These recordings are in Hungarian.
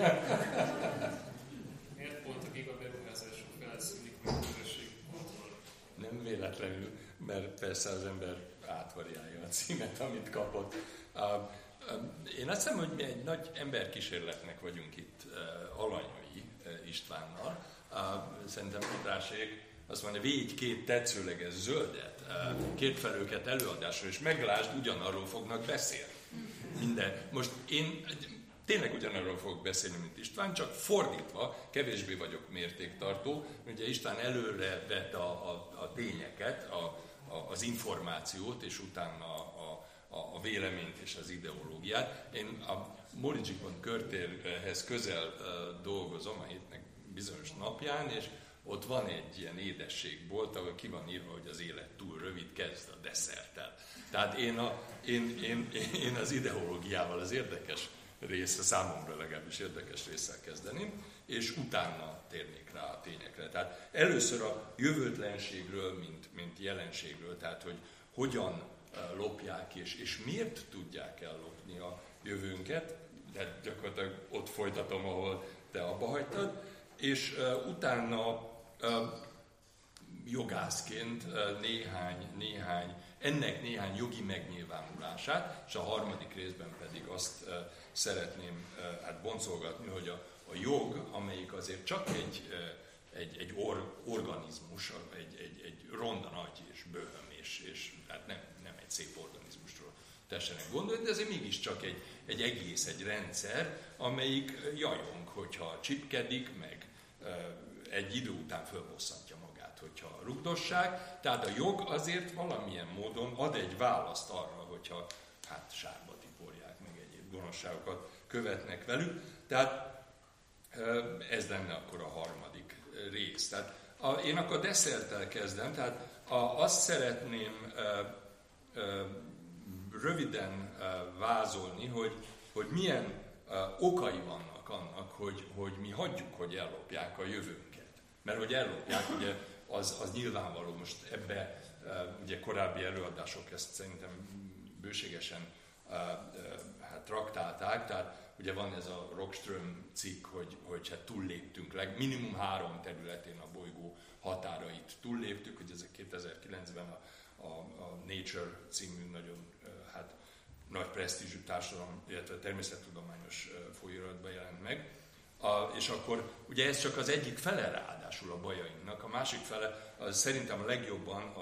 Miért pont a gigaberuházások felszűnik, mert a közösség kontroll? Nem véletlenül, mert persze az ember átvariálja a címet, amit kapott. Én azt hiszem, hogy mi egy nagy emberkísérletnek vagyunk itt Alanyai Istvánnal. Szerintem Andrásék azt mondja, védj két tetszőleges zöldet, kétfelőket előadásra, és meglásd, ugyanarról fognak beszélni. Most én tényleg ugyanarról fogok beszélni, mint István, csak fordítva, kevésbé vagyok mértéktartó. Ugye István előre vett a tényeket, az információt, és utána a véleményt és az ideológiát. Én a Moricsikon körtérhez közel dolgozom a hétnek bizonyos napján, és ott van egy ilyen édességbolt, ahol ki van írva, hogy az élet túl rövid, kezd a desszerttel. Tehát én az ideológiával az érdekes része, számomra legalábbis érdekes résszel kezdeném, és utána térnék rá a tényekre. Tehát először a jövőtlenségről, mint jelenségről, tehát hogy hogyan lopják és miért tudják ellopni a jövőnket, de gyakorlatilag ott folytatom, ahol te abba hagytad, és utána jogászként ennek néhány jogi megnyilvánulását, és a harmadik részben pedig azt szeretném boncolgatni, hogy a jog, amelyik azért csak egy organizmus, egy ronda nagy és böhöm, és hát nem egy szép organizmusról tessenek gondolni, de azért mégiscsak egy egész, egy rendszer, amelyik jajong, hogyha csipkedik, meg egy idő után fölbosszantja magát, hogyha rugdossák. Tehát a jog azért valamilyen módon ad egy választ arra, hogyha sárba tiporják, meg egyéb gonoszságokat követnek velük. Tehát ez lenne akkor a harmadik rész. Tehát én akkor desszerttel kezdem, tehát azt szeretném röviden vázolni, hogy milyen okai vannak annak, hogy mi hagyjuk, hogy ellopják a jövőnket. Mert hogy ellopják, ugye az nyilvánvaló. Most ebbe ugye korábbi előadások ezt szerintem bőségesen traktálták, tehát ugye van ez a Rockström cikk, hogy hát túlléptünk, minimum 3 területén a bolygó határait túlléptük, hogy ez a 2009-ben a Nature című nagyon nagy presztízsű társadalom, illetve természettudományos folyóiratban jelent meg. És akkor ugye ez csak az egyik fele ráadásul a bajainknak, a másik fele az szerintem a legjobban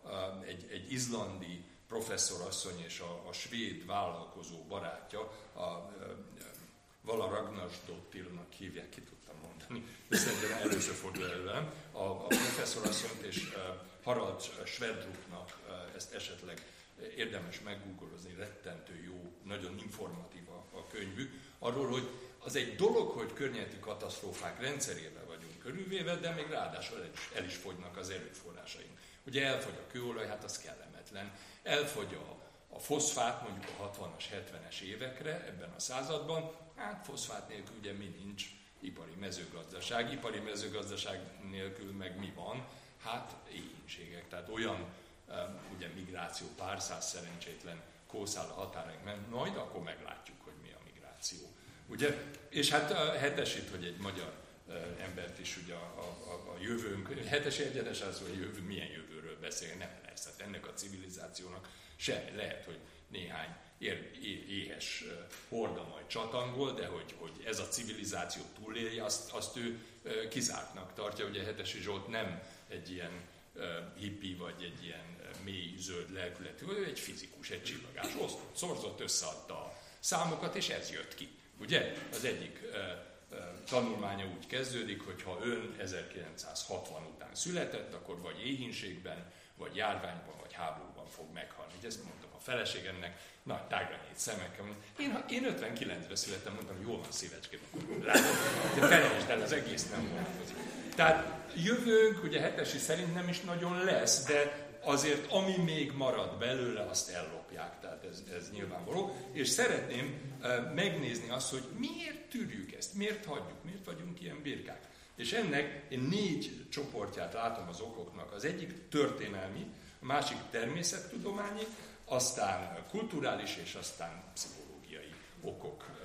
egy izlandi professzorasszony és a svéd vállalkozó barátja, a Vala Ragnarsdottirnak hívják, ki tudtam mondani, de szerintem először fordul elő velem, a professzorasszonyt és Harald Sverdrupnak ezt esetleg érdemes meggoogolozni, rettentő jó, nagyon informatív a könyvük, arról, hogy az egy dolog, hogy környezeti katasztrófák rendszerével vagyunk körülvéve, de még ráadásul el is fogynak az erőforrásaink. Ugye elfogy a kőolaj, hát az kellemetlen, elfogy a foszfát mondjuk a 60-as, 70-es évekre ebben a században, hát foszfát nélkül ugye mi nincs, ipari mezőgazdaság nélkül meg mi van, hát éhínségek, tehát olyan ugye migráció, pár száz szerencsétlen kószál a határaink, mert majd akkor meglátjuk, hogy mi a migráció. Ugye? És hát hetesít, hogy egy magyar embert is ugye a jövőnk, hetes egyenes az, hogy jövő, milyen jövőről beszél, nem lesz. Hát ennek a civilizációnak se lehet, hogy néhány éhes horda majd csatangol, de hogy ez a civilizáció túlélje, azt ő kizártnak tartja. Ugye Hetesi Zsolt nem egy ilyen hippi vagy egy ilyen mély zöld lelkületű, ő egy fizikus, egy csillagás, szorzott, összeadta a számokat, és ez jött ki. Ugye? Az egyik tanulmánya úgy kezdődik, hogy ha ön 1960 után született, akkor vagy éhínségben, vagy járványban, vagy háborúban fog meghalni. Ugye ezt mondtam a feleségemnek, nagy tágra nyílt szemekkel, én 59-ben születtem, mondtam, hogy jól van szívecském, de felejtsd el, az egész nem vonatkozik. Tehát jövőnk, ugye Hetesi szerint nem is nagyon lesz, de azért ami még marad belőle, azt ellopják, tehát ez nyilvánvaló. És szeretném megnézni azt, hogy miért tűrjük ezt, miért hagyjuk, miért vagyunk ilyen birkák. És ennek én 4 csoportját látom az okoknak. Az egyik történelmi, a másik természettudományi, aztán kulturális és aztán pszichológiai okok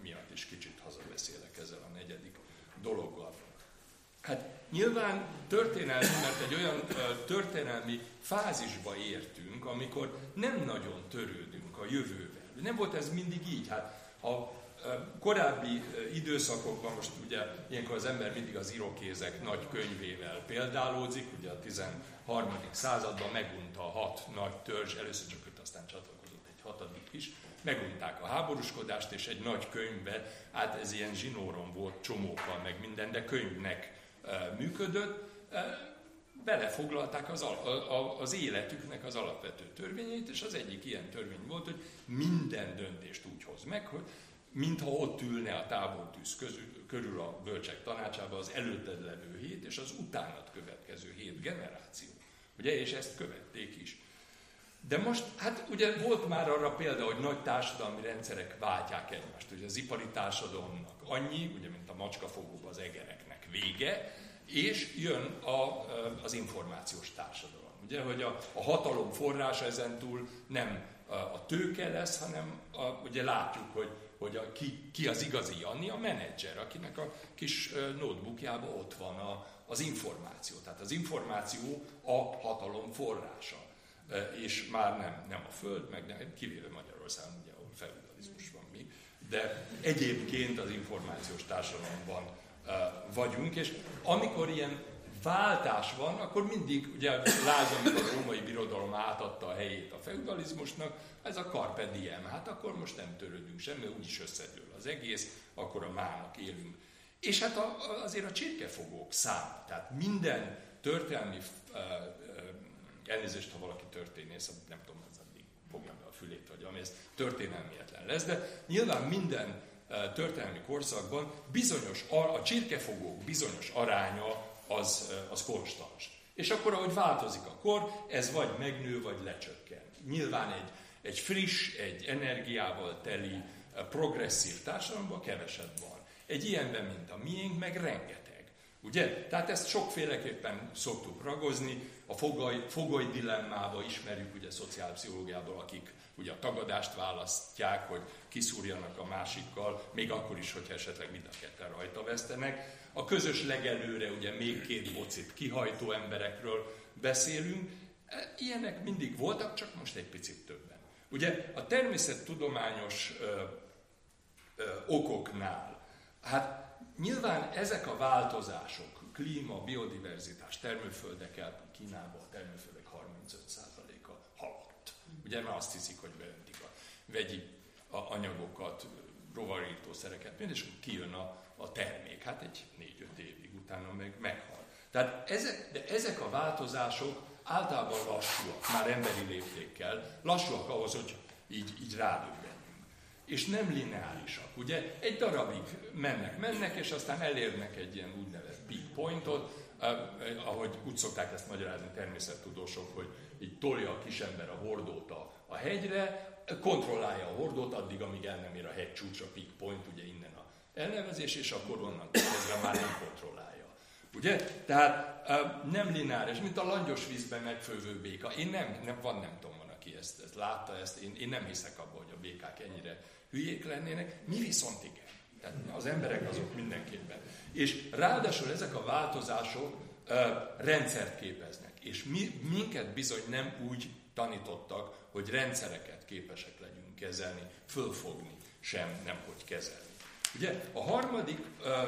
miatt is kicsit hazabeszélek ezzel a negyedik dologgal. Hát nyilván történelmi, mert egy olyan történelmi fázisba értünk, amikor nem nagyon törődünk a jövővel. Nem volt ez mindig így. Hát a korábbi időszakokban, most ugye ilyenkor az ember mindig az irokézek nagy könyvével példálódzik, ugye a 13. században megunta a 6 nagy törzs, először csak 5, aztán csatlakozott egy 6. is, megunták a háborúskodást, és egy nagy könyvbe, hát ez ilyen zsinóron volt, csomókkal meg minden, de könyvnek működött, belefoglalták az életüknek az alapvető törvényeit, és az egyik ilyen törvény volt, hogy minden döntést úgy hoz meg, hogy mintha ott ülne a tábortűz körül a bölcsek tanácsában az előtted levő 7 és az utánad következő 7 generáció. Ugye, és ezt követték is. De most, hát ugye volt már arra példa, hogy nagy társadalmi rendszerek váltják egymást. Ugye az ipari társadalomnak annyi, ugye mint a macskafogóban az egereknek vége, és jön az információs társadalom. Ugye, hogy a hatalom forrása ezentúl nem a tőke lesz, hanem ugye látjuk, hogy ki az igazi Janni, a menedzser, akinek a kis notebookjában ott van az információ. Tehát az információ a hatalom forrása. És már nem a Föld, meg nem, kivéve Magyarországon, ugye, ahol feudalizmus van még, de egyébként az információs társadalomban vagyunk, és amikor ilyen váltás van, akkor mindig, ugye lásd, amikor a római birodalom átadta a helyét a feudalizmusnak, ez a carpe diem, hát akkor most nem törődünk semmi, úgyis összedől az egész, akkor a mának élünk. És hát azért a csirkefogók száma, tehát minden történelmi, elnézést, ha valaki történész, nem tudom, ez addig fogja be a fülét, vagy ami, ez történelmietlen lesz, de nyilván minden történelmi korszakban bizonyos, a csirkefogók bizonyos aránya az konstans. És akkor, ahogy változik a kor, ez vagy megnő, vagy lecsökken. Nyilván egy friss, egy energiával teli, progresszív társadalomban kevesebb van. Egy ilyenben, mint a miénk, meg rengeteg. Ugye? Tehát ezt sokféleképpen szoktuk ragozni. A fogoly dilemmába ismerjük ugye szociálpszichológiából, akik ugye a tagadást választják, hogy kiszúrjanak a másikkal, még akkor is, hogyha esetleg mind a ketten rajta vesztenek. A közös legelőre ugye még 2 bocit kihajtó emberekről beszélünk. Ilyenek mindig voltak, csak most egy picit többen. Ugye a természettudományos okoknál, hát nyilván ezek a változások, klíma, biodiverzitás, termőföldek el Kínában, a termőföldek 35%-a halott. Ugye mert azt hiszik, hogy beöntik a vegyi anyagokat, rovarítószereket, és kijön a termék. Hát egy 4-5 évig utána meghal. Tehát ezek a változások általában lassúak, már emberi léptékkel, lassúak ahhoz, hogy így rádöbbenjünk. És nem lineárisak. Ugye egy darabig mennek, és aztán elérnek egy ilyen úgynevezett peak pointot, ahogy úgy szokták ezt magyarázni természettudósok, hogy így tolja a kisember a hordót a hegyre, kontrollálja a hordót addig, amíg el nem ér a hegy csúcsra, peak point, ugye innen a elnevezés, és akkor onnan kezdve már nem kontrollálja. Ugye? Tehát nem lineáris, mint a langyos vízben megfővő béka. Én nem tudom, van, aki ezt látta, én nem hiszek abban, hogy a békák ennyire hülyék lennének, mi viszont igen. Tehát az emberek azok mindenképpen. És ráadásul ezek a változások rendszert képeznek. És minket bizony nem úgy tanítottak, hogy rendszereket képesek legyünk kezelni, fölfogni, nem hogy kezelni. Ugye a harmadik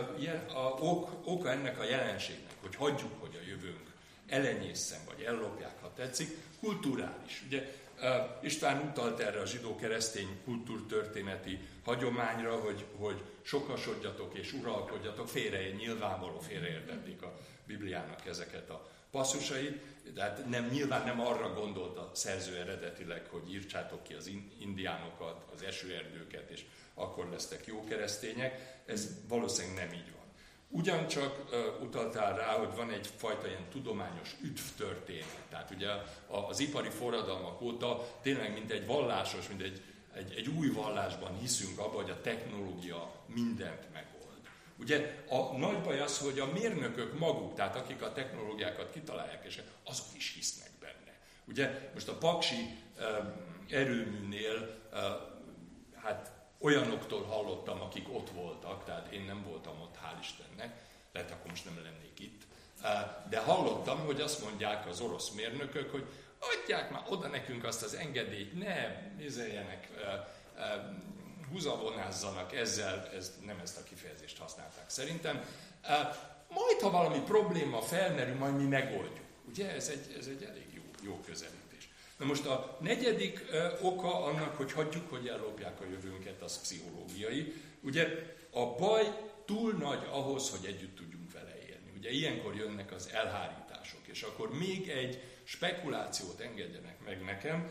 oka ennek a jelenségnek, hogy hagyjuk, hogy a jövőnk elenyészen, vagy ellopják, ha tetszik, kulturális. Ugye István utalt erre a zsidó-keresztény kultúrtörténeti hagyományra, hogy sokasodjatok és uralkodjatok, nyilvánvaló félreértették a Bibliának ezeket a passzusait, tehát nyilván nem arra gondolt a szerző eredetileg, hogy írtsátok ki az indiánokat, az esőerdőket, és akkor lesztek jó keresztények, ez valószínűleg nem így van. Ugyancsak utaltál rá, hogy van egyfajta ilyen tudományos üdvtörténet. Tehát ugye az ipari forradalmak óta tényleg mint egy vallásos, mint egy új vallásban hiszünk abban, hogy a technológia mindent megold. Ugye a nagy baj az, hogy a mérnökök maguk, tehát akik a technológiákat kitalálják, és azok is hisznek benne. Ugye most a paksi erőműnél, hát olyanoktól hallottam, akik ott voltak, tehát én nem voltam ott, hál' Istennek, lehet akkor most nem lennék itt, de hallottam, hogy azt mondják az orosz mérnökök, hogy adják már oda nekünk azt az engedélyt, ne nézeljenek, húzavonázzanak ezzel, nem ezt a kifejezést használták szerintem, majd ha valami probléma felmerül, majd mi megoldjuk. Ugye ez egy elég jó közelítés. Na most a negyedik oka annak, hogy hagyjuk, hogy ellopják a jövőnket, az pszichológiai. Ugye a baj túl nagy ahhoz, hogy együtt tudjunk vele élni. Ugye ilyenkor jönnek az elhárítások, és akkor még egy spekulációt engedjenek meg nekem.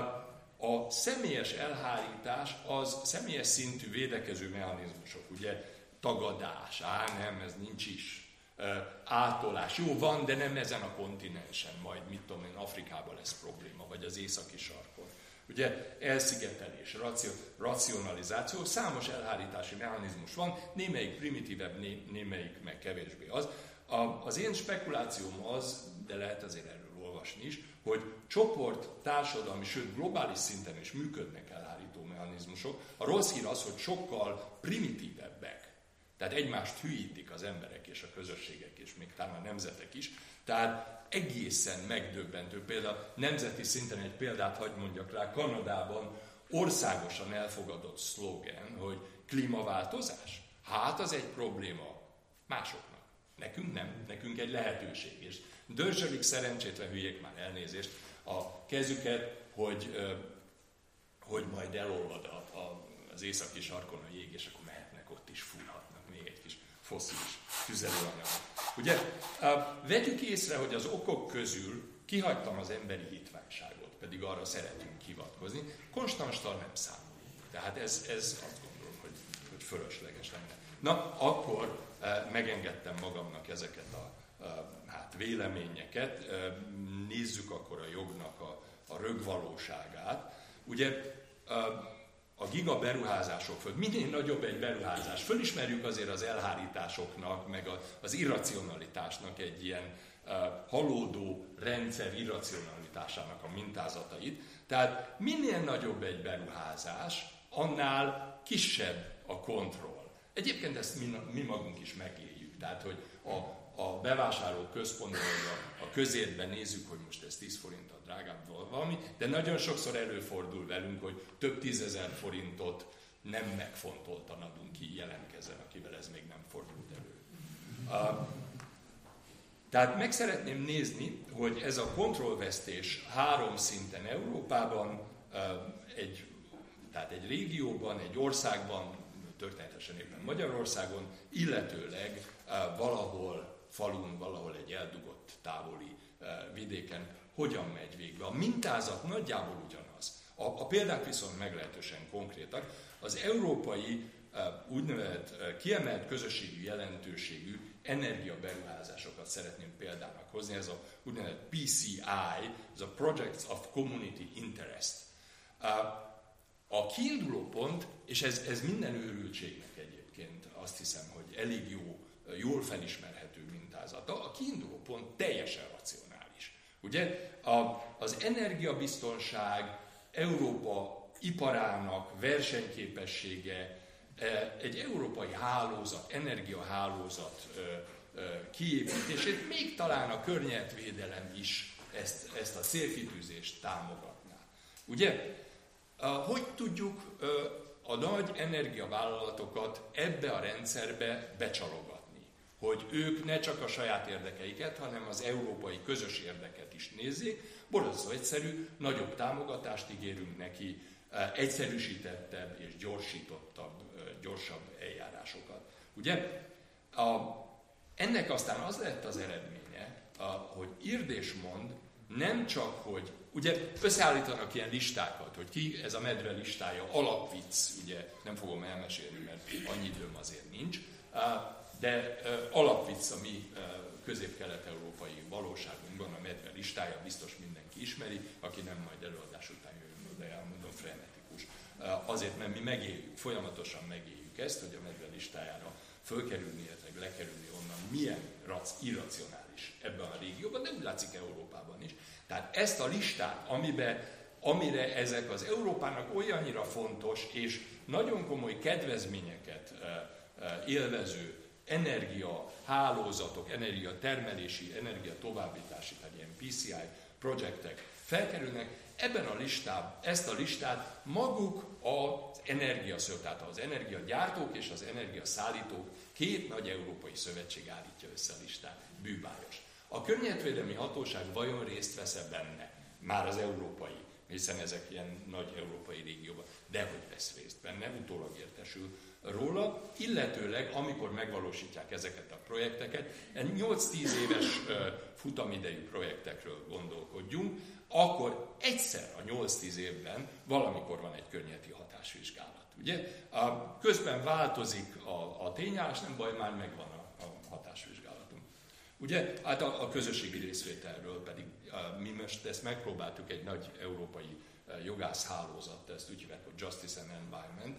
A személyes elhárítás az személyes szintű védekező mechanizmusok, ugye tagadás, nem, ez nincs is. Átolás. Jó, van, de nem ezen a kontinensen, majd mit tudom én, Afrikában lesz probléma, vagy az északi sarkon. Ugye elszigetelés, racionalizáció, számos elhárítási mechanizmus van, némelyik primitívebb, némelyik meg kevésbé az. Az én spekulációm az, de lehet azért erről olvasni is, hogy csoport, társadalmi, sőt globális szinten is működnek elhárító mechanizmusok. A rossz hír az, hogy sokkal primitívebbek. Tehát egymást hülyítik az emberek és a közösségek, és még talán a nemzetek is. Tehát egészen megdöbbentő. Például nemzeti szinten egy példát hadd mondjak rá, Kanadában országosan elfogadott szlógen, hogy klímaváltozás. Hát az egy probléma másoknak. Nekünk nem, nekünk egy lehetőség. És dörzsölik szerencsétlen hülyék, már elnézést, a kezüket, hogy majd elolvad az északi sarkon a jég, és akkor mehetnek ott is, fúrhatnak még egy kis fosszilis tüzelőanyag. Ugye, vegyük észre, hogy az okok közül kihagytam az emberi hitványságot, pedig arra szeretünk hivatkozni, konstanstal nem számol. Tehát ez azt gondolom, hogy fölösleges lenne. Na, akkor megengedtem magamnak ezeket a véleményeket, nézzük akkor a jognak a rögvalóságát. Ugye a gigaberuházások föl, minél nagyobb egy beruházás, fölismerjük azért az elhárításoknak, meg az irracionalitásnak egy ilyen halódó rendszer irracionalitásának a mintázatait. Tehát minél nagyobb egy beruházás, annál kisebb a kontroll. Egyébként ezt mi magunk is megéljük. Tehát, hogy a bevásárló központban, a közértben nézzük, hogy most ez 10 forint a drágább valami, de nagyon sokszor előfordul velünk, hogy több 10 000 forintot nem megfontoltan adunk ki, jelentkezzen, akivel ez még nem fordult elő. Tehát meg szeretném nézni, hogy ez a kontrollvesztés 3 szinten Európában, tehát egy régióban, egy országban, történetesen éppen Magyarországon, illetőleg valahol falun, valahol egy eldugott távoli vidéken hogyan megy végbe. A mintázat nagyjából ugyanaz. A példák viszont meglehetősen konkrétak. Az európai úgynevezett kiemelt közösségi jelentőségű energiaberuházásokat szeretném példának hozni. Ez a úgynevezett PCI, ez a Projects of Community Interest. A kiinduló pont, és ez minden őrültségnek egyébként azt hiszem, hogy elég jól felismerhető mintázata, a kiinduló pont teljesen racionális. Ugye az energiabiztonság, Európa iparának versenyképessége, egy európai hálózat, energiahálózat kiépítését, még talán a környezetvédelem is ezt a célkitűzést támogatná. Ugye, hogy tudjuk a nagy energiavállalatokat ebbe a rendszerbe becsalogatni? Hogy ők ne csak a saját érdekeiket, hanem az európai közös érdeket is nézzék. Borzasztó egyszerű, nagyobb támogatást ígérünk neki, egyszerűsítettebb és gyorsabb eljárásokat. Ugye? Ennek aztán az lett az eredménye, hogy írd és mond, nem csak, hogy ugye összeállítanak ilyen listákat, hogy ki ez a medve listája, alapvicc, ugye nem fogom elmesélni, mert annyi időm azért nincs, de alapvicc a mi közép-kelet-európai valóságunkban, a medve listája, biztos mindenki ismeri, aki nem, majd előadás után jön, de elmondom, frenetikus. Azért, mert mi megéljük, folyamatosan megéljük ezt, hogy a medve listájára fölkerülni, illetve lekerülni onnan milyen irracionális ebben a régióban, de úgy látszik Európában is. Tehát ezt a listát, amiben amire ezek az Európának olyannyira fontos és nagyon komoly kedvezményeket élvező energiahálózatok, energiatermelési, energiatovábbítási, tehát ilyen PCI projektek felkerülnek, ezt a listát maguk az energiaszolgáltatók, tehát az energiagyártók és az energiaszállítók, két nagy európai szövetség állítja össze a listát, bűbájos. A környezetvédelmi hatóság vajon részt vesz benne? Már az európai, hiszen ezek ilyen nagy európai régióban, dehogy vesz részt benne, utólag értesül róla, illetőleg amikor megvalósítják ezeket a projekteket, 8-10 éves futamidejű projektekről gondolkodjunk, akkor egyszer a 8-10 évben valamikor van egy környezeti hatásvizsgálat. Ugye? Közben változik a tényállás, nem baj, már megvan a hatásvizsgálatunk. Ugye? Hát a közösségi részvételről pedig mi most ezt megpróbáltuk egy nagy európai jogászhálózat, ezt úgy hívják, hogy Justice and Environment,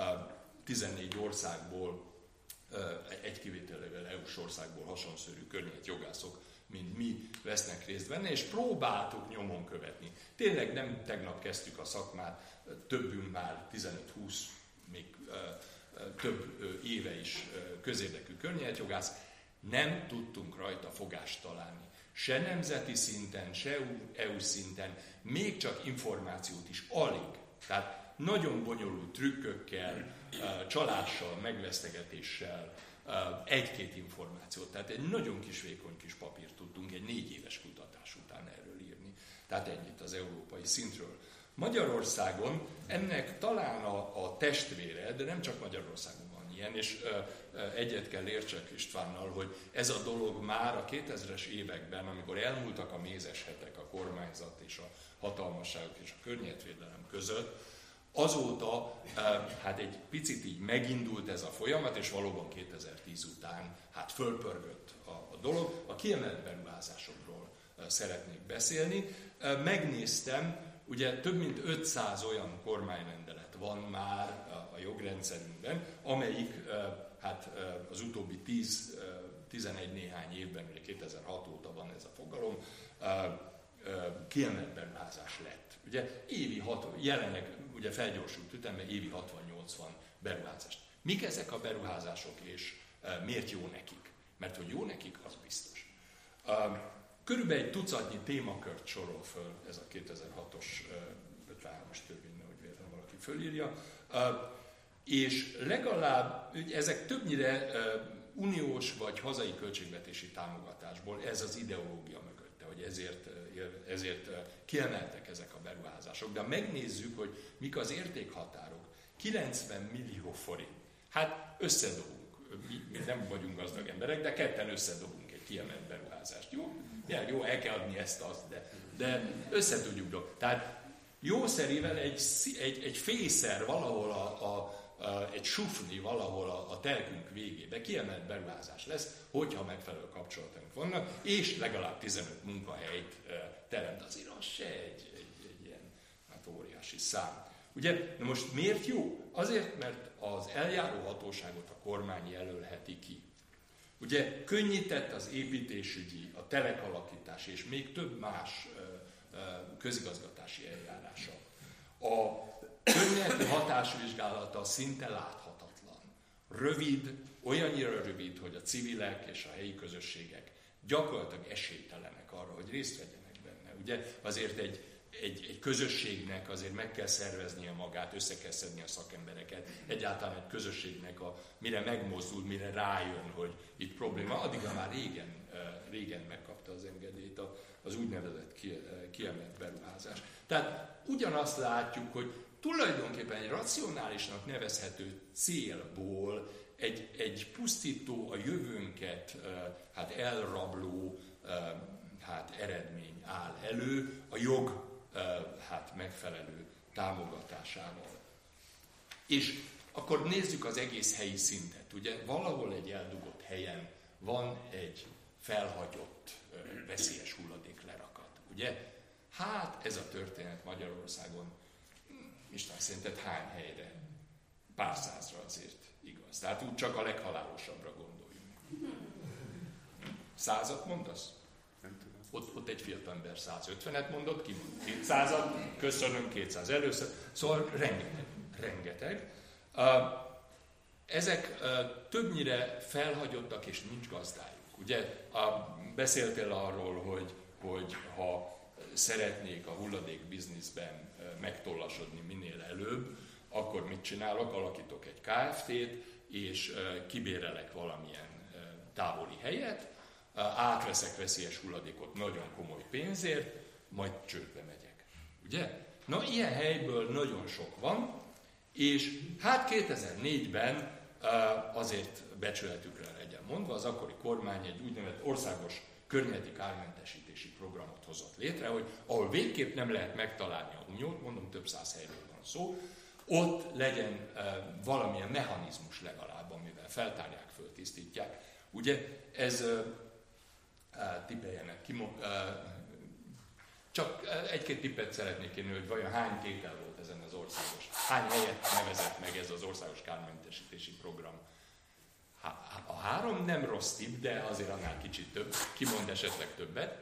14 országból, egy kivételével EU-s országból hasonszörű környezetjogászok, mint mi vesznek részt benne, és próbáltuk nyomon követni. Tényleg nem tegnap kezdtük a szakmát, többünk már 15-20, még több éve is közérdekű környezetjogász, nem tudtunk rajta fogást találni. Se nemzeti szinten, se EU szinten, még csak információt is alig. Tehát nagyon bonyolult trükkökkel, csalással, megvesztegetéssel, egy-két információt. Tehát egy nagyon kis vékony kis papírt tudtunk egy 4 éves kutatás után erről írni. Tehát ennyit az európai szintről. Magyarországon ennek talán a testvére, de nem csak Magyarországon van ilyen, és egyet kell értsek Istvánnal, hogy ez a dolog már a 2000-es években, amikor elmúltak a mézes hetek a kormányzat és a hatalmasságok és a környezetvédelem között, azóta hát egy picit így megindult ez a folyamat, és valóban 2010 után hát fölpörgött a dolog. A kiemelt beruházásokról szeretnék beszélni. Megnéztem, ugye több mint 500 olyan kormányrendelet van már a jogrendszerünkben, amelyik hát az utóbbi 11 néhány évben, ugye 2006 óta van ez a fogalom, kiemelt beruházás lett. Ugye jelenleg ugye felgyorsult ütemben évi 60-80 beruházást. Mik ezek a beruházások, és miért jó nekik? Mert hogy jó nekik, az biztos. Körülbelül egy tucatnyi témakört sorol föl ez a 2006-os 53-as törvény, nehogy véletlenül valaki fölírja, és legalább ezek többnyire uniós vagy hazai költségvetési támogatásból, ez az ideológia mögötte, hogy ezért kiemeltek ezek a beruházások. De megnézzük, hogy mik az értékhatárok. 90 millió forint. Hát összedobunk. Mi nem vagyunk gazdag emberek, de ketten összedobunk egy kiemelt beruházást. Jó? Ja, jó, el kell adni ezt-azt, de összetudjuk dobni. Tehát jószerivel egy fészer valahol egy sufni valahol a telkünk végébe kiemelt beruházás lesz, hogyha megfelelő kapcsolatunk vannak, és legalább 15 munkahelyt teremt. Azért az se egy ilyen hát óriási szám. Ugye, na most miért jó? Azért, mert az eljáró hatóságot a kormány jelölheti ki. Ugye könnyített az építésügyi, a telekalakítás és még több más közigazgatási eljárása. A környezeti hatásvizsgálata szinte láthatatlan. Rövid, olyannyira rövid, hogy a civilek és a helyi közösségek gyakorlatilag esélytelenek arra, hogy részt vegyenek benne. Ugye azért egy közösségnek azért meg kell szerveznie magát, össze kell szedni a szakembereket. Egyáltalán egy közösségnek mire megmozdul, mire rájön, hogy itt probléma, addigra már régen megkapta az engedélyt az úgynevezett kiemelt beruházás. Tehát ugyanazt látjuk, hogy tulajdonképpen egy racionálisnak nevezhető célból egy pusztító, a jövőnket hát elrabló hát eredmény áll elő a jog hát megfelelő támogatásával. És akkor nézzük az egész helyi szintet. Ugye valahol egy eldugott helyen van egy felhagyott veszélyes hulladéklerakat. Ugye? Hát ez a történet Magyarországon István szerinted hány helyre? Pár százra azért igaz. Tehát úgy csak a leghalálosabbra gondoljunk. 100-at mondasz? Nem tudom. ott egy fiatal ember 150-et mondott, ki 200-at, köszönöm, 200 először, szóval rengeteg. Ezek többnyire felhagyottak, és nincs gazdájuk. Ugye beszéltél arról, hogy ha szeretnék a hulladék bizniszben megtollasodni minél előbb, akkor mit csinálok? Alakítok egy Kft-t, és kibérelek valamilyen távoli helyet, átveszek veszélyes hulladékot nagyon komoly pénzért, majd csődbe megyek. Ugye? Na, ilyen helyből nagyon sok van, és hát 2004-ben azért becsületükre legyen mondva, az akkori kormány egy úgynevezett országos környezeti kármentesítési programot hozott létre, hogy ahol végképp nem lehet megtalálni a hunyót, mondom, több száz helyről van szó, ott legyen valamilyen mechanizmus legalább, amivel feltárják, föltisztítják. Ugye ez tippeljenek ki, csak egy-két tippet szeretnék kérni, hogy vajon hány tétel volt ezen az országos, hány helyet nevezett meg ez az országos kármentesítési program. A 3 nem rossz tipp, de azért annál kicsit több. Ki mond esetleg többet?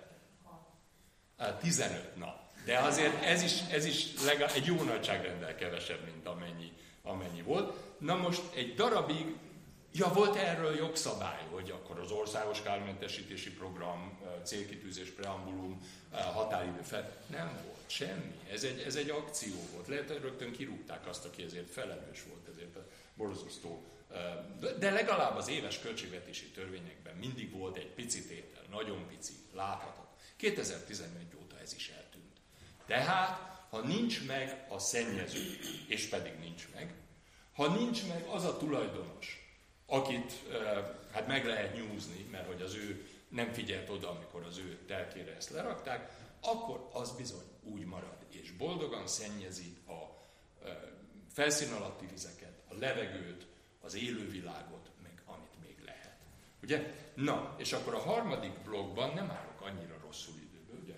15 nap. De azért ez is legalább egy jó nagyságrendel kevesebb, mint amennyi volt. Na most egy darabig, volt erről jogszabály, hogy akkor az országos kármentesítési program, célkitűzés, preambulum, határidő fel. Nem volt semmi. Ez egy akció volt. Lehet, hogy rögtön kirúgták azt, aki ezért felelős volt, ezért a borzasztó. De legalább az éves költségvetési törvényekben mindig volt egy pici tétel, nagyon pici, láthatatlan. 2011 óta ez is eltűnt. Tehát, ha nincs meg a szennyező, és pedig nincs meg, ha nincs meg az a tulajdonos, akit hát meg lehet nyúzni, mert hogy az ő nem figyelt oda, amikor az ő telkére ezt lerakták, akkor az bizony úgy marad, és boldogan szennyezi a felszín alatti vizeket, a levegőt, az élővilágot, meg amit még lehet. Ugye? Na, és akkor a harmadik blokkban nem állok annyira rosszul időből, ugye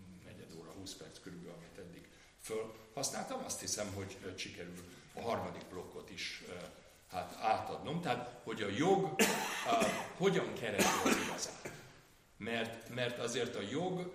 4 óra 20 perc körülbelül, amit eddig felhasználtam, azt hiszem, hogy sikerül a harmadik blokkot is átadnom. Tehát, hogy a jog hogyan keresel az igazát. Mert azért a jog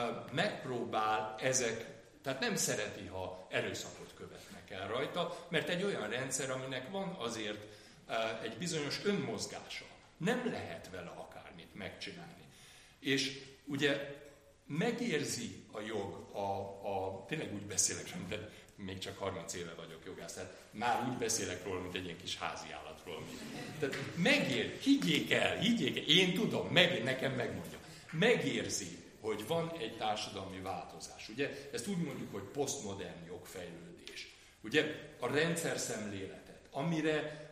megpróbál tehát nem szereti, ha erőszakot követnek el rajta, mert egy olyan rendszer, aminek van azért egy bizonyos önmozgása. Nem lehet vele akármit megcsinálni. És ugye megérzi a jog, tényleg úgy beszélek, de még csak 30 éve vagyok jogász, tehát már úgy beszélek róla, mint egy ilyen kis háziállatról. Tehát higgyék el, én tudom, nekem megmondja. Megérzi, hogy van egy társadalmi változás. Ugye ezt úgy mondjuk, hogy posztmodern jogfejlődés. Ugye a rendszer szemléletet, amire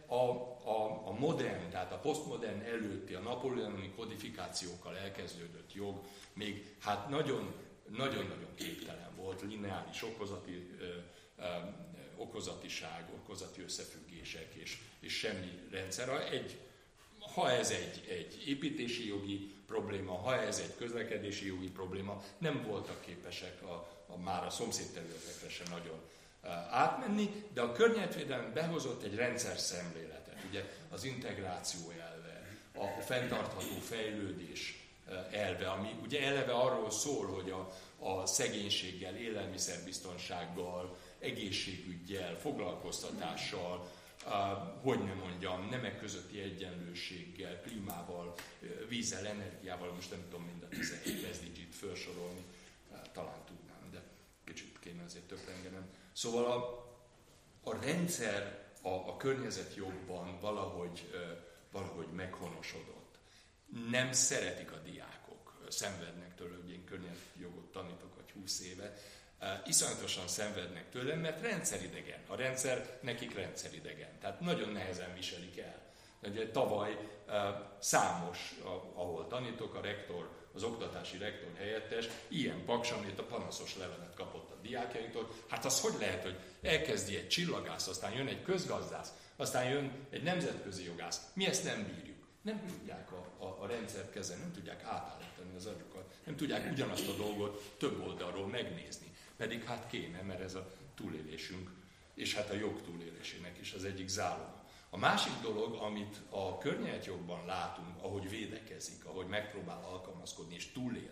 a modern, tehát a posztmodern előtti, a napóleoni kodifikációkkal elkezdődött jog még hát nagyon-nagyon képtelen volt, lineáris okozatiság, okozati összefüggések és semmi rendszer. Ha ez egy építési jogi probléma, ha ez egy közlekedési jogi probléma, nem voltak képesek már a szomszédterületekre se nagyon átmenni, de a környezetvédelem behozott egy rendszer szemléletet, ugye az integráció elve, a fenntartható fejlődés elve, ami ugye eleve arról szól, hogy a szegénységgel, élelmiszerbiztonsággal, egészségüggyel, foglalkoztatással, hogy nem mondjam, nemek közötti egyenlőséggel, klímával, vízzel, energiával, most nem tudom mind a 17 SDG-t felsorolni, talán tudnám, de kicsit kéne azért többre engednem. Szóval a rendszer a környezetjogban valahogy meghonosodott. Nem szeretik a diákok, szenvednek tőle, hogy én környezetjogot tanítok, vagy 20 éve, iszonyatosan szenvednek tőle, mert rendszeridegen. A rendszer nekik rendszeridegen. Tehát nagyon nehezen viselik el. Ugye, tavaly számos, ahol tanítok, a rektor, az oktatási rektor helyettes ilyen paks, amit a panaszos levelet kapott a diákjaitól. Hát az hogy lehet, hogy elkezdi egy csillagász, aztán jön egy közgazdász, aztán jön egy nemzetközi jogász. Mi ezt nem bírjuk. Nem tudják a rendszert kezelni, nem tudják átállítani az agyukat, nem tudják ugyanazt a dolgot több oldalról megnézni. Pedig hát kéne, mert ez a túlélésünk, és hát a jog túlélésének is az egyik záloga. A másik dolog, amit a környezetjogban látunk, ahogy védekezik, ahogy megpróbál alkalmazkodni és túlélni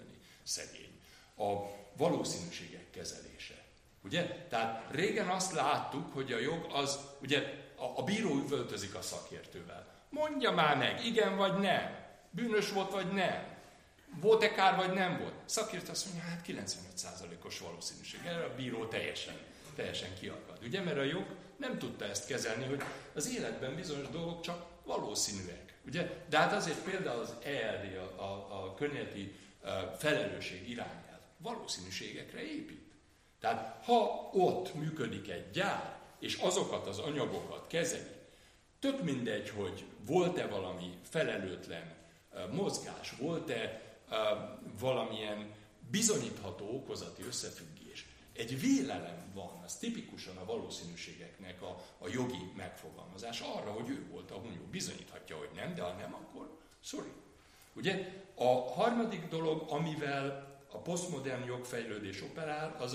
szegény. A valószínűségek kezelése. Ugye? Tehát régen azt láttuk, hogy a jog az, ugye a bíró üvöltözik a szakértővel. Mondja már meg, igen vagy nem, bűnös volt vagy nem, volt-e kár vagy nem volt. Szakértő azt mondja, hát 95%-os valószínűség. Erre a bíró teljesen kiakad. Ugye, mert a jog nem tudta ezt kezelni, hogy az életben bizonyos dolgok csak valószínűek. Ugye? De hát azért például az ELD, a környezeti felelősség irányelv valószínűségekre épít. Tehát ha ott működik egy gyár, és azokat az anyagokat kezeli, tök mindegy, hogy volt-e valami felelőtlen mozgás, volt-e valamilyen bizonyítható okozati összefüggés. Egy vélelem van, az tipikusan a valószínűségeknek a jogi megfogalmazás arra, hogy ő volt a hunyó. Bizonyíthatja, hogy nem, de ha nem, akkor sorry. Ugye a harmadik dolog, amivel a posztmodern jogfejlődés operál, az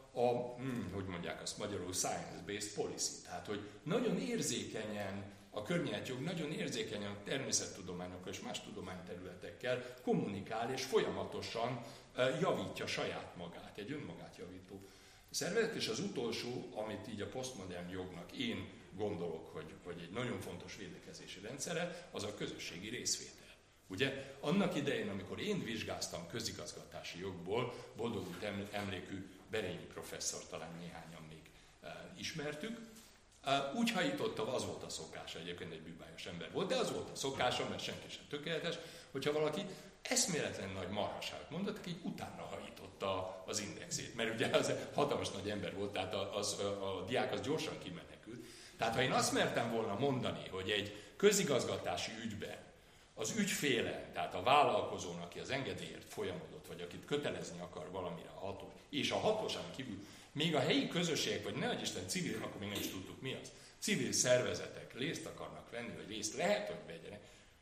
hogy mondják azt magyarul, science-based policy. Tehát, hogy nagyon érzékenyen a környezetjog nagyon érzékenyen a természettudományokkal és más tudományterületekkel kommunikál és folyamatosan javítja saját magát, egy önmagát javító szervezet. És az utolsó, amit így a posztmodern jognak én gondolok, hogy egy nagyon fontos védekezési rendszere, az a közösségi részvétel. Ugye annak idején, amikor én vizsgáztam közigazgatási jogból, boldogult emlékű Berényi professzor, talán néhányan még ismertük, úgy hajította, az volt a szokása, egyébként egy bűbájos ember volt, de az volt a szokása, mert senki sem tökéletes, hogyha valaki eszméletlen nagy marhaságot mondott, így utána hajította az indexét, mert ugye az hatalmas nagy ember volt, tehát a diák az gyorsan kimenekült. Tehát ha én azt mertem volna mondani, hogy egy közigazgatási ügyben az ügyféle, tehát a vállalkozón, aki az engedélyért folyamodott, vagy akit kötelezni akar valamire a hatós, és a hatóságon kívül még a helyi közösségek, vagy nehogy Isten civil, akkor még nem is tudtuk mi az, civil szervezetek részt akarnak venni, vagy részt lehet, hogy vegyenek,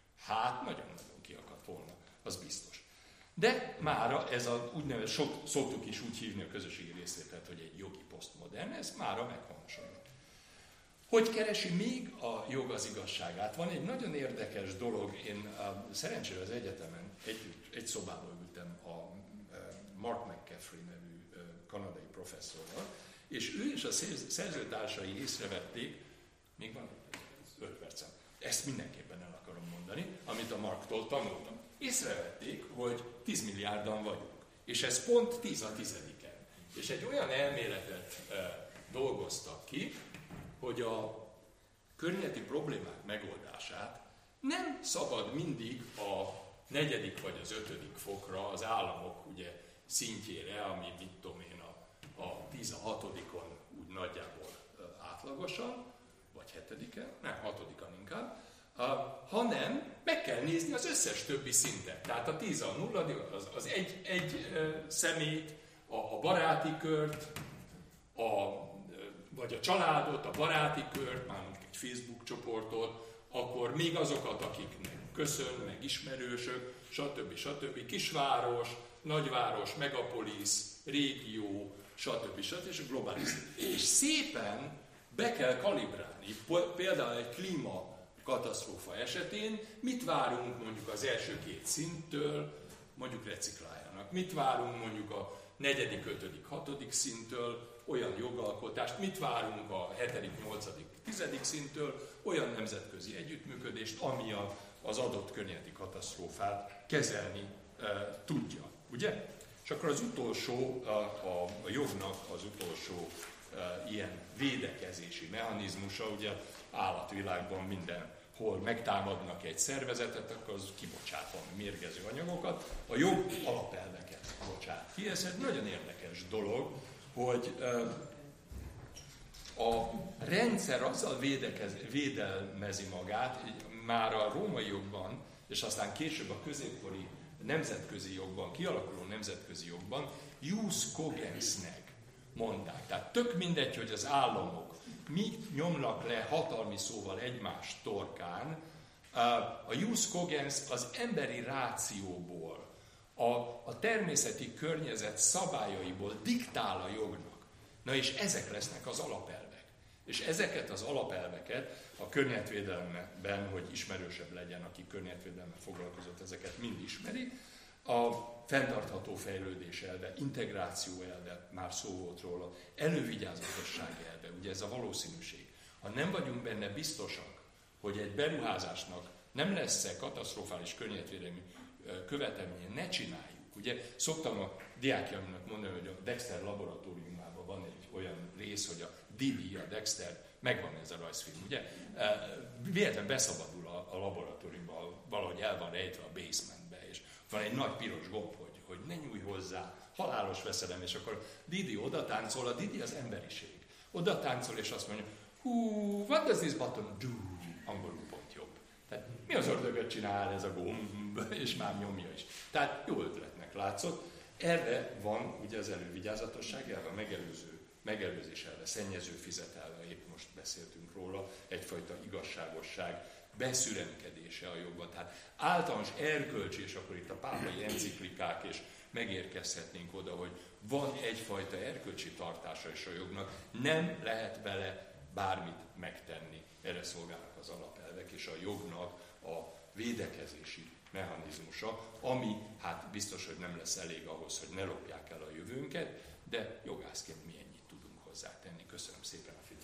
hát nagyon-nagyon kiakadt volna, az biztos. De mára ez a úgynevezett, szoktuk is úgy hívni a közösségi részvételt, hogy egy jogi posztmodern, ez mára meghonosodott. Hogy keresi még a jog az igazságát? Van egy nagyon érdekes dolog, én szerencsére az egyetemen egy szobában ültem a Mark McCaffrey nevű kanadai professzorral, és ő és a szerzőtársai észrevették, még van 5 percem, ezt mindenképpen el akarom mondani, amit a Marktól tanultam. Észrevették, hogy 10 milliárdan vagyunk, és ez pont 10 a 10-en. És egy olyan elméletet dolgoztak ki, hogy a környezeti problémák megoldását nem szabad mindig a 4. vagy az 5. fokra, az államok ugye szintjére, ami mit tudom én a 16-on úgy nagyjából átlagosan, vagy 7-en, nem 6-on inkább, hanem meg kell nézni az összes többi szintet. Tehát a 10 a 0, az egy személyt, a baráti kört, vagy a családot, a baráti kört, már mondjuk egy Facebook csoportot, akkor még azokat, akiknek köszön, meg ismerősök, stb. Kisváros, nagyváros, megapolisz, régió, stb. És globális. És szépen be kell kalibrálni. Például egy klímakatasztrófa esetén mit várunk mondjuk az első 2 szinttől, mondjuk recikláljanak. Mit várunk mondjuk a 4., 5., 6. szinttől, olyan jogalkotást, mit várunk a 7., 8., 10. szinttől, olyan nemzetközi együttműködést, ami az adott környezeti katasztrófát kezelni tudja. Ugye? És akkor az utolsó, a jognak az utolsó ilyen védekezési mechanizmusa, ugye állatvilágban mindenhol megtámadnak egy szervezetet, akkor az kibocsát valami mérgező anyagokat, a jog alapelveket bocsát ki. Ez egy nagyon érdekes dolog, hogy a rendszer azzal védelmezi magát, már a római jogban, és aztán később a középkori nemzetközi jogban, kialakuló nemzetközi jogban jus cogens-nek mondták. Tehát tök mindegy, hogy az államok mit nyomnak le hatalmi szóval egymás torkán, a jus cogens az emberi rációból, a természeti környezet szabályaiból diktál a jognak. Na és ezek lesznek az alapelvek. És ezeket az alapelveket a környezetvédelemben, hogy ismerősebb legyen, aki környezetvédelemmel foglalkozott, ezeket mind ismeri, A fenntartható fejlődés elve, integráció elve, már szó volt róla, elővigyázatosság elve, ugye ez a valószínűség. Ha nem vagyunk benne biztosak, hogy egy beruházásnak nem lesz-e katasztrofális környezetvédelmi követelménye, ne csináljuk. Ugye szoktam a diákjaimnak mondani, hogy a Dexter laboratóriumában van egy olyan rész, hogy a Didi, a Dexter, megvan ez a rajzfilm, ugye? Véletlenül beszabadul a laboratóriumban, valahogy el van rejtve a basementbe, és van egy nagy piros gomb, hogy ne nyújj hozzá, halálos veszelem, és akkor Didi oda táncol, a Didi az emberiség. Oda táncol, és azt mondja, what does this button do? Angolul pont jobb. Tehát mi az ördögöt csinál ez a gomb, és már nyomja is. Tehát jó ötletnek látszott. Erre van ugye az elővigyázatosság elve, a megelőzés elve, szennyező fizet elve, épp most beszéltünk róla, egyfajta igazságosság, beszüremkedése a jogban. Tehát általános erkölcsi, és akkor itt a pápai enciklikák, és megérkezhetnénk oda, hogy van egyfajta erkölcsi tartása is a jognak, nem lehet vele bármit megtenni. Erre szolgálnak az alapelvek, és a jognak a védekezési mechanizmusa, ami hát biztos, hogy nem lesz elég ahhoz, hogy ne lopják el a jövőnket, de jogászként mi ennyit tudunk hozzátenni. Köszönöm szépen a figyelmet.